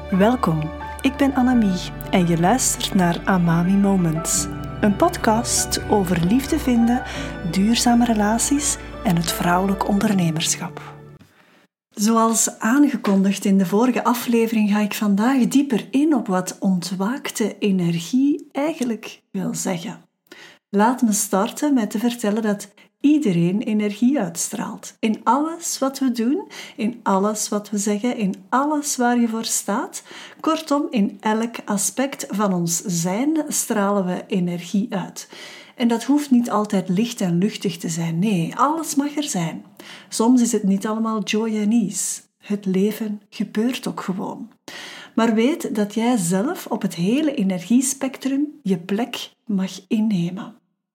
Welkom, ik ben Annemie en je luistert naar Amami Moments. Een podcast over liefde vinden, duurzame relaties en het vrouwelijk ondernemerschap. Zoals aangekondigd in de vorige aflevering ga ik vandaag dieper in op wat ontwaakte energie eigenlijk wil zeggen. Laat me starten met te vertellen dat iedereen energie uitstraalt. In alles wat we doen, in alles wat we zeggen, in alles waar je voor staat. Kortom, in elk aspect van ons zijn stralen we energie uit. En dat hoeft niet altijd licht en luchtig te zijn. Nee, alles mag er zijn. Soms is het niet allemaal joy en ease. Het leven gebeurt ook gewoon. Maar weet dat jij zelf op het hele energiespectrum je plek mag innemen.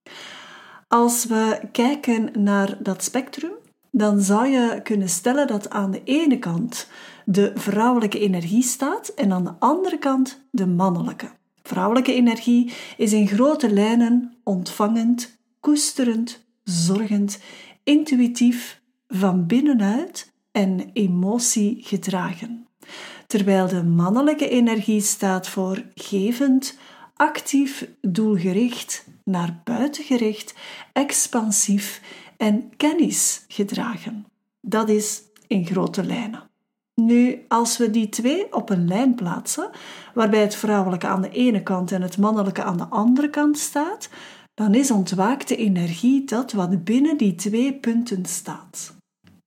Als we kijken naar dat spectrum, dan zou je kunnen stellen dat aan de ene kant de vrouwelijke energie staat en aan de andere kant de mannelijke. Vrouwelijke energie is in grote lijnen ontvangend, koesterend, zorgend, intuïtief, van binnenuit en emotiegedragen. Terwijl de mannelijke energie staat voor gevend, actief, doelgericht, naar buiten gericht, expansief en kennisgedragen. Dat is in grote lijnen. Nu, als we die twee op een lijn plaatsen, waarbij het vrouwelijke aan de ene kant en het mannelijke aan de andere kant staat, dan is ontwaakte energie dat wat binnen die twee punten staat.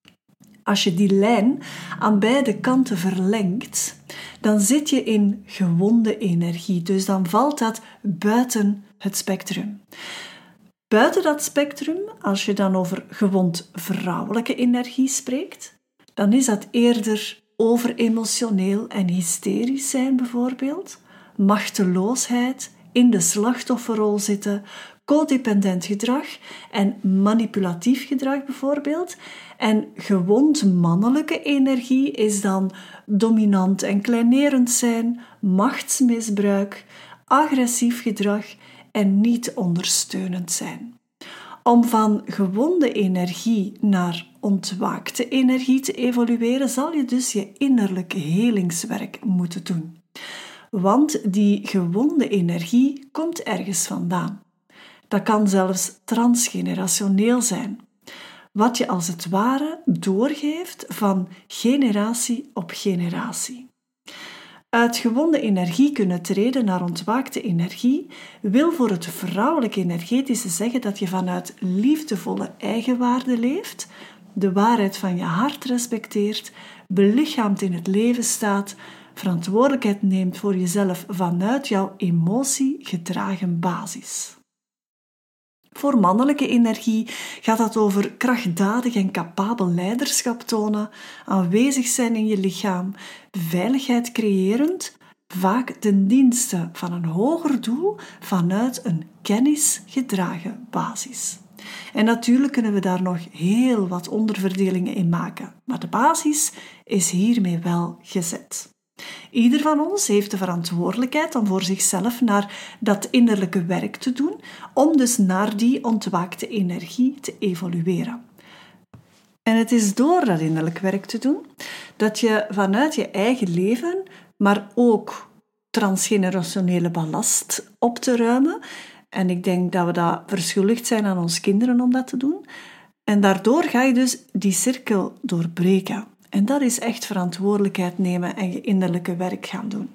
Als je die lijn aan beide kanten verlengt, dan zit je in gewonde energie. Dus dan valt dat buiten het spectrum. Buiten dat spectrum, als je dan over gewond vrouwelijke energie spreekt, dan is dat eerder overemotioneel en hysterisch zijn bijvoorbeeld, machteloosheid, in de slachtofferrol zitten, codependent gedrag en manipulatief gedrag bijvoorbeeld. En gewond mannelijke energie is dan dominant en kleinerend zijn, machtsmisbruik, agressief gedrag en niet ondersteunend zijn. Om van gewonde energie naar ontwaakte energie te evolueren, zal je dus je innerlijk helingswerk moeten doen. Want die gewonde energie komt ergens vandaan. Dat kan zelfs transgenerationeel zijn. Wat je als het ware doorgeeft van generatie op generatie. Uit gewonde energie kunnen treden naar ontwaakte energie wil voor het vrouwelijke energetische zeggen dat je vanuit liefdevolle eigenwaarde leeft, de waarheid van je hart respecteert, belichaamd in het leven staat, verantwoordelijkheid neemt voor jezelf vanuit jouw emotiegedragen basis. Voor mannelijke energie gaat dat over krachtdadig en capabel leiderschap tonen, aanwezig zijn in je lichaam, veiligheid creërend, vaak ten dienste van een hoger doel vanuit een kennisgedragen basis. En natuurlijk kunnen we daar nog heel wat onderverdelingen in maken, maar de basis is hiermee wel gezet. Ieder van ons heeft de verantwoordelijkheid om voor zichzelf naar dat innerlijke werk te doen, om dus naar die ontwaakte energie te evolueren. En het is door dat innerlijk werk te doen, dat je vanuit je eigen leven, maar ook transgenerationele ballast op te ruimen, en ik denk dat we dat verschuldigd zijn aan onze kinderen om dat te doen, en daardoor ga je dus die cirkel doorbreken. En dat is echt verantwoordelijkheid nemen en je innerlijke werk gaan doen.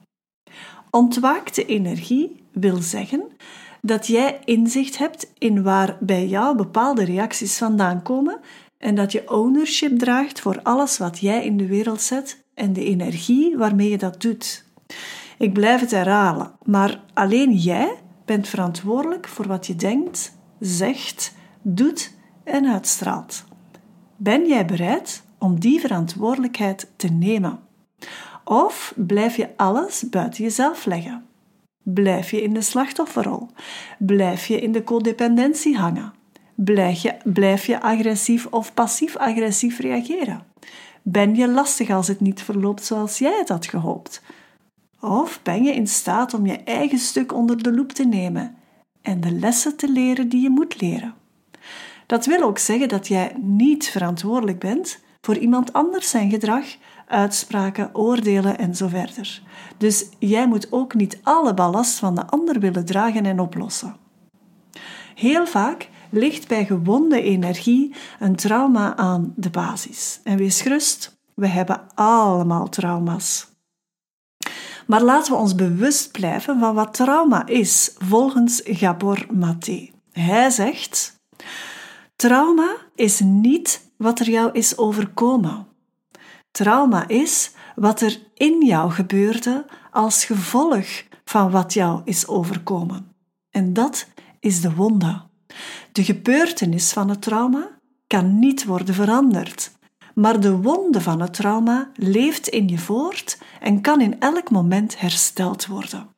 Ontwaakte energie wil zeggen dat jij inzicht hebt in waar bij jou bepaalde reacties vandaan komen en dat je ownership draagt voor alles wat jij in de wereld zet en de energie waarmee je dat doet. Ik blijf het herhalen, maar alleen jij bent verantwoordelijk voor wat je denkt, zegt, doet en uitstraalt. Ben jij bereid om die verantwoordelijkheid te nemen? Of blijf je alles buiten jezelf leggen? Blijf je in de slachtofferrol? Blijf je in de codependentie hangen? Blijf je agressief of passief-agressief reageren? Ben je lastig als het niet verloopt zoals jij het had gehoopt? Of ben je in staat om je eigen stuk onder de loep te nemen en de lessen te leren die je moet leren? Dat wil ook zeggen dat jij niet verantwoordelijk bent voor iemand anders zijn gedrag uitspraken, oordelen en zo verder. Dus jij moet ook niet alle ballast van de ander willen dragen en oplossen. Heel vaak ligt bij gewonde energie een trauma aan de basis. En wees gerust, we hebben allemaal trauma's. Maar laten we ons bewust blijven van wat trauma is, volgens Gabor Maté. Hij zegt: trauma is niet wat er jou is overkomen. Trauma is wat er in jou gebeurde als gevolg van wat jou is overkomen. En dat is de wonde. De gebeurtenis van het trauma kan niet worden veranderd, maar de wonde van het trauma leeft in je voort en kan in elk moment hersteld worden.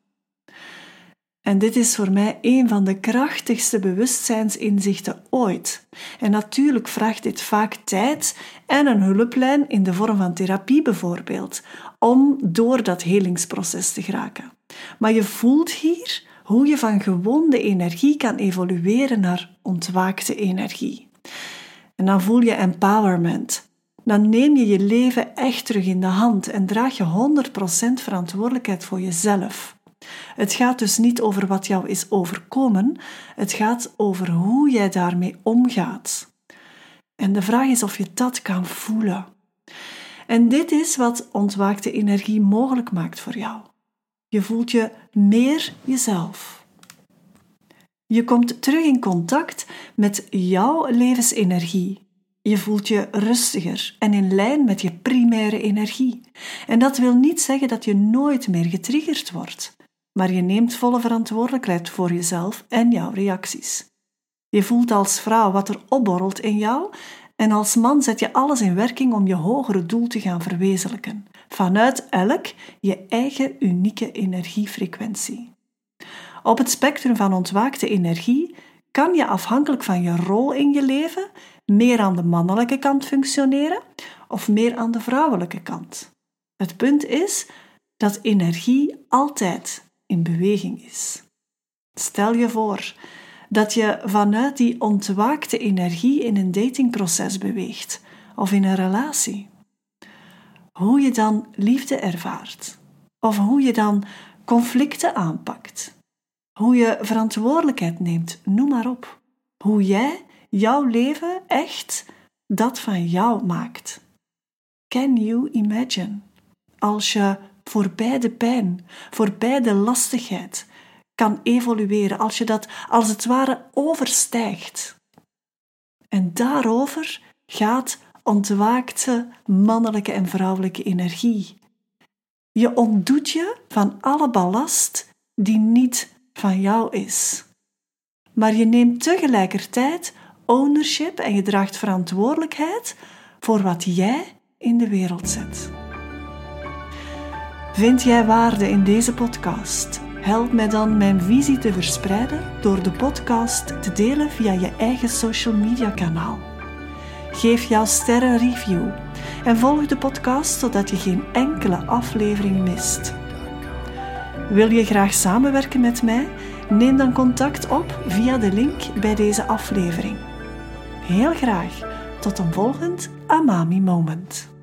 En dit is voor mij een van de krachtigste bewustzijnsinzichten ooit. En natuurlijk vraagt dit vaak tijd en een hulplijn in de vorm van therapie bijvoorbeeld, om door dat helingsproces te geraken. Maar je voelt hier hoe je van gewonde energie kan evolueren naar ontwaakte energie. En dan voel je empowerment. Dan neem je je leven echt terug in de hand en draag je 100% verantwoordelijkheid voor jezelf. Het gaat dus niet over wat jou is overkomen, het gaat over hoe jij daarmee omgaat. En de vraag is of je dat kan voelen. En dit is wat ontwaakte energie mogelijk maakt voor jou. Je voelt je meer jezelf. Je komt terug in contact met jouw levensenergie. Je voelt je rustiger en in lijn met je primaire energie. En dat wil niet zeggen dat je nooit meer getriggerd wordt, maar je neemt volle verantwoordelijkheid voor jezelf en jouw reacties. Je voelt als vrouw wat er opborrelt in jou en als man zet je alles in werking om je hogere doel te gaan verwezenlijken, vanuit elk je eigen unieke energiefrequentie. Op het spectrum van ontwaakte energie kan je afhankelijk van je rol in je leven meer aan de mannelijke kant functioneren of meer aan de vrouwelijke kant. Het punt is dat energie altijd in beweging is. Stel je voor dat je vanuit die ontwaakte energie in een datingproces beweegt of in een relatie. Hoe je dan liefde ervaart of hoe je dan conflicten aanpakt. Hoe je verantwoordelijkheid neemt, noem maar op. Hoe jij jouw leven echt dat van jou maakt. Can you imagine? Als je voorbij de pijn, voorbij de lastigheid kan evolueren, als je dat als het ware overstijgt. En daarover gaat ontwaakte mannelijke en vrouwelijke energie. Je ontdoet je van alle ballast die niet van jou is. Maar je neemt tegelijkertijd ownership en je draagt verantwoordelijkheid voor wat jij in de wereld zet. Vind jij waarde in deze podcast? Help mij dan mijn visie te verspreiden door de podcast te delen via je eigen social media kanaal. Geef jouw sterren een review en volg de podcast zodat je geen enkele aflevering mist. Wil je graag samenwerken met mij? Neem dan contact op via de link bij deze aflevering. Heel graag tot een volgend Amami Moment.